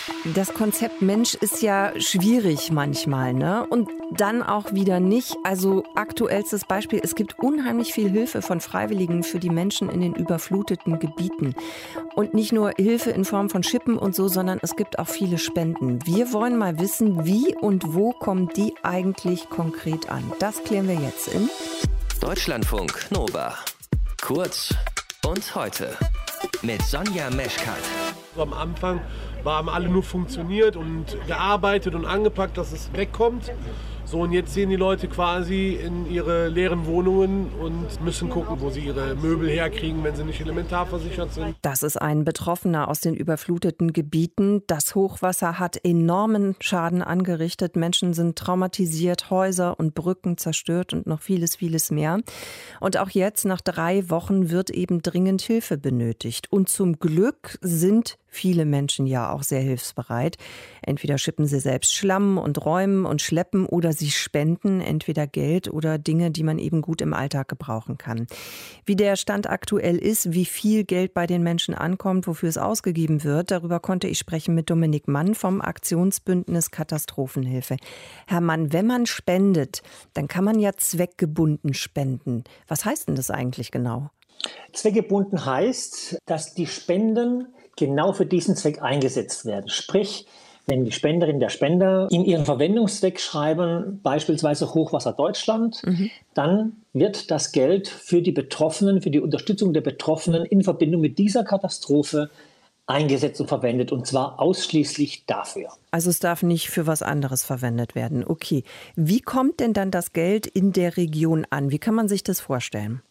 Das Konzept Mensch ist ja schwierig manchmal, ne? Und dann auch wieder nicht. Also aktuellstes Beispiel, es gibt unheimlich viel Hilfe von Freiwilligen für die Menschen in den überfluteten Gebieten. Und nicht nur Hilfe in Form von Schippen und so, sondern es gibt auch viele Spenden. Wir wollen mal wissen, wie und wo kommen die eigentlich konkret an? Das klären wir jetzt in Deutschlandfunk Nova. Kurz und heute mit Sonja Meschkat. Am Anfang haben alle nur funktioniert und gearbeitet und angepackt, dass es wegkommt. So, und jetzt sehen die Leute quasi in ihre leeren Wohnungen und müssen gucken, wo sie ihre Möbel herkriegen, wenn sie nicht elementarversichert sind. Das ist ein Betroffener aus den überfluteten Gebieten. Das Hochwasser hat enormen Schaden angerichtet. Menschen sind traumatisiert, Häuser und Brücken zerstört und noch vieles, vieles mehr. Und auch jetzt, nach 3 Wochen, wird eben dringend Hilfe benötigt. Und zum Glück sind viele Menschen ja auch sehr hilfsbereit. Entweder schippen sie selbst Schlamm und räumen und schleppen oder sie spenden entweder Geld oder Dinge, die man eben gut im Alltag gebrauchen kann. Wie der Stand aktuell ist, wie viel Geld bei den Menschen ankommt, wofür es ausgegeben wird, darüber konnte ich sprechen mit Dominik Mann vom Aktionsbündnis Katastrophenhilfe. Herr Mann, wenn man spendet, dann kann man ja zweckgebunden spenden. Was heißt denn das eigentlich genau? Zweckgebunden heißt, dass die Spenden genau für diesen Zweck eingesetzt werden. Sprich, wenn die Spenderin, der Spender in ihren Verwendungszweck schreiben, beispielsweise Hochwasser Deutschland, dann wird das Geld für die Betroffenen, für die Unterstützung der Betroffenen in Verbindung mit dieser Katastrophe eingesetzt und verwendet, und zwar ausschließlich dafür. Also es darf nicht für was anderes verwendet werden. Okay. Wie kommt denn dann das Geld in der Region an? Wie kann man sich das vorstellen?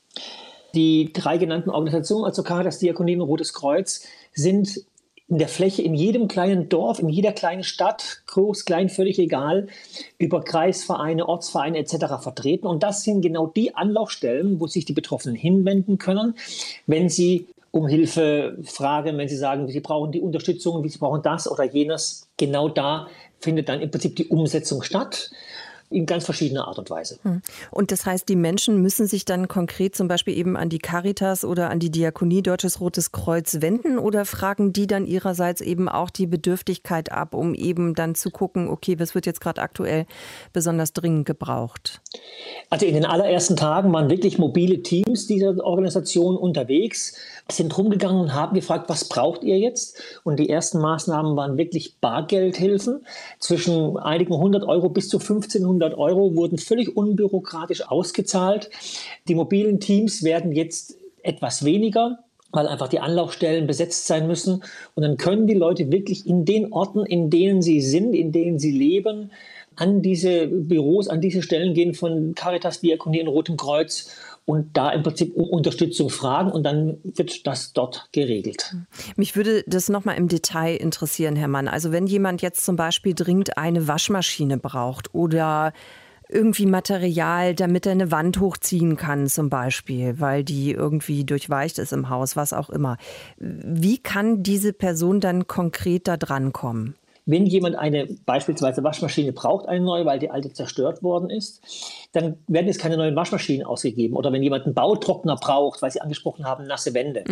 Die 3 genannten Organisationen, also Caritas, Diakonie und Rotes Kreuz, sind in der Fläche in jedem kleinen Dorf, in jeder kleinen Stadt, groß, klein, völlig egal, über Kreisvereine, Ortsvereine etc. vertreten. Und das sind genau die Anlaufstellen, wo sich die Betroffenen hinwenden können, wenn sie um Hilfe fragen, wenn sie sagen, sie brauchen die Unterstützung, sie brauchen das oder jenes. Genau da findet dann im Prinzip die Umsetzung statt. In ganz verschiedener Art und Weise. Und das heißt, die Menschen müssen sich dann konkret zum Beispiel eben an die Caritas oder an die Diakonie Deutsches Rotes Kreuz wenden oder fragen die dann ihrerseits eben auch die Bedürftigkeit ab, um eben dann zu gucken, okay, was wird jetzt gerade aktuell besonders dringend gebraucht? Also in den allerersten Tagen waren wirklich mobile Teams dieser Organisation unterwegs, sind rumgegangen und haben gefragt, was braucht ihr jetzt? Und die ersten Maßnahmen waren wirklich Bargeldhilfen. Zwischen einigen 100 Euro bis zu 1500 Euro wurden völlig unbürokratisch ausgezahlt. Die mobilen Teams werden jetzt etwas weniger, weil einfach die Anlaufstellen besetzt sein müssen. Und dann können die Leute wirklich in den Orten, in denen sie sind, in denen sie leben, an diese Büros, an diese Stellen gehen von Caritas, Diakonie und Rotem Kreuz und da im Prinzip um Unterstützung fragen, und dann wird das dort geregelt. Mich würde das nochmal im Detail interessieren, Herr Mann. Also wenn jemand jetzt zum Beispiel dringend eine Waschmaschine braucht oder irgendwie Material, damit er eine Wand hochziehen kann zum Beispiel, weil die irgendwie durchweicht ist im Haus, was auch immer. Wie kann diese Person dann konkret da dran kommen? Wenn jemand eine beispielsweise Waschmaschine braucht, eine neue, weil die alte zerstört worden ist, dann werden jetzt keine neuen Waschmaschinen ausgegeben. Oder wenn jemand einen Bautrockner braucht, weil Sie angesprochen haben, nasse Wände,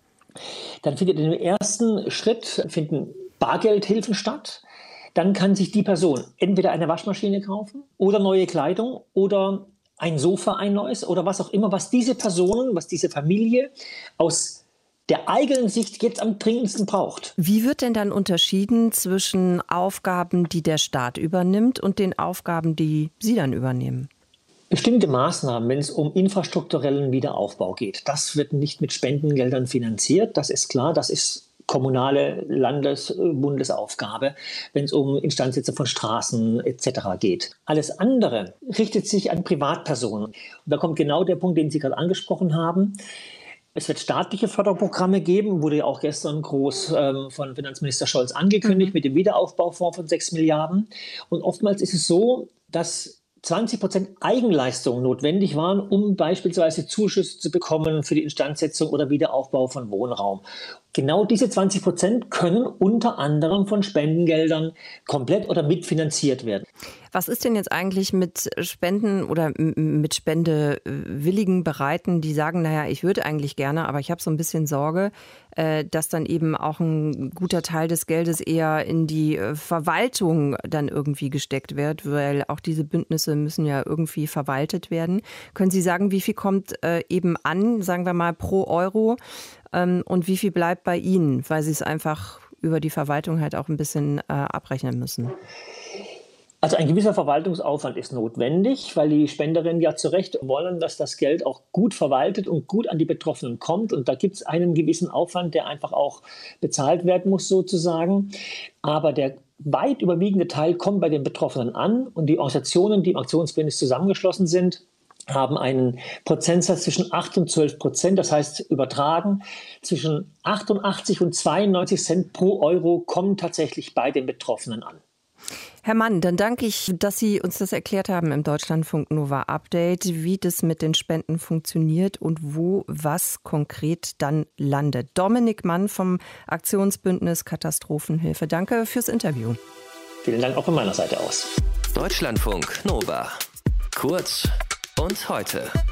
dann findet in dem ersten Schritt finden Bargeldhilfen statt. Dann kann sich die Person entweder eine Waschmaschine kaufen oder neue Kleidung oder ein Sofa, ein neues oder was auch immer, was diese Personen, was diese Familie aus der eigenen Sicht jetzt am dringendsten braucht. Wie wird denn dann unterschieden zwischen Aufgaben, die der Staat übernimmt, und den Aufgaben, die Sie dann übernehmen? Bestimmte Maßnahmen, wenn es um infrastrukturellen Wiederaufbau geht, das wird nicht mit Spendengeldern finanziert, das ist klar, das ist kommunale Bundesaufgabe, wenn es um Instandsetzung von Straßen etc. geht. Alles andere richtet sich an Privatpersonen. Und da kommt genau der Punkt, den Sie gerade angesprochen haben. Es wird staatliche Förderprogramme geben, wurde ja auch gestern groß von Finanzminister Scholz angekündigt, mit dem Wiederaufbaufonds von 6 Milliarden. Und oftmals ist es so, dass 20% Eigenleistung notwendig waren, um beispielsweise Zuschüsse zu bekommen für die Instandsetzung oder Wiederaufbau von Wohnraum. Genau diese 20% können unter anderem von Spendengeldern komplett oder mitfinanziert werden. Was ist denn jetzt eigentlich mit Spenden oder mit Spendewilligen Bereiten, die sagen, naja, ich würde eigentlich gerne, aber ich habe so ein bisschen Sorge, dass dann eben auch ein guter Teil des Geldes eher in die Verwaltung dann irgendwie gesteckt wird, weil auch diese Bündnisse müssen ja irgendwie verwaltet werden. Können Sie sagen, wie viel kommt eben an, sagen wir mal pro Euro, und wie viel bleibt bei Ihnen, weil Sie es einfach über die Verwaltung halt auch ein bisschen abrechnen müssen? Also ein gewisser Verwaltungsaufwand ist notwendig, weil die Spenderinnen ja zu Recht wollen, dass das Geld auch gut verwaltet und gut an die Betroffenen kommt. Und da gibt es einen gewissen Aufwand, der einfach auch bezahlt werden muss sozusagen. Aber der weit überwiegende Teil kommt bei den Betroffenen an. Und die Organisationen, die im Aktionsbündnis zusammengeschlossen sind, haben einen Prozentsatz zwischen 8 und 12%. Das heißt, übertragen, zwischen 88 und 92 Cent pro Euro kommen tatsächlich bei den Betroffenen an. Herr Mann, dann danke ich, dass Sie uns das erklärt haben im Deutschlandfunk Nova Update, wie das mit den Spenden funktioniert und wo was konkret dann landet. Dominik Mann vom Aktionsbündnis Katastrophenhilfe. Danke fürs Interview. Vielen Dank auch von meiner Seite aus. Deutschlandfunk Nova. Kurz und heute.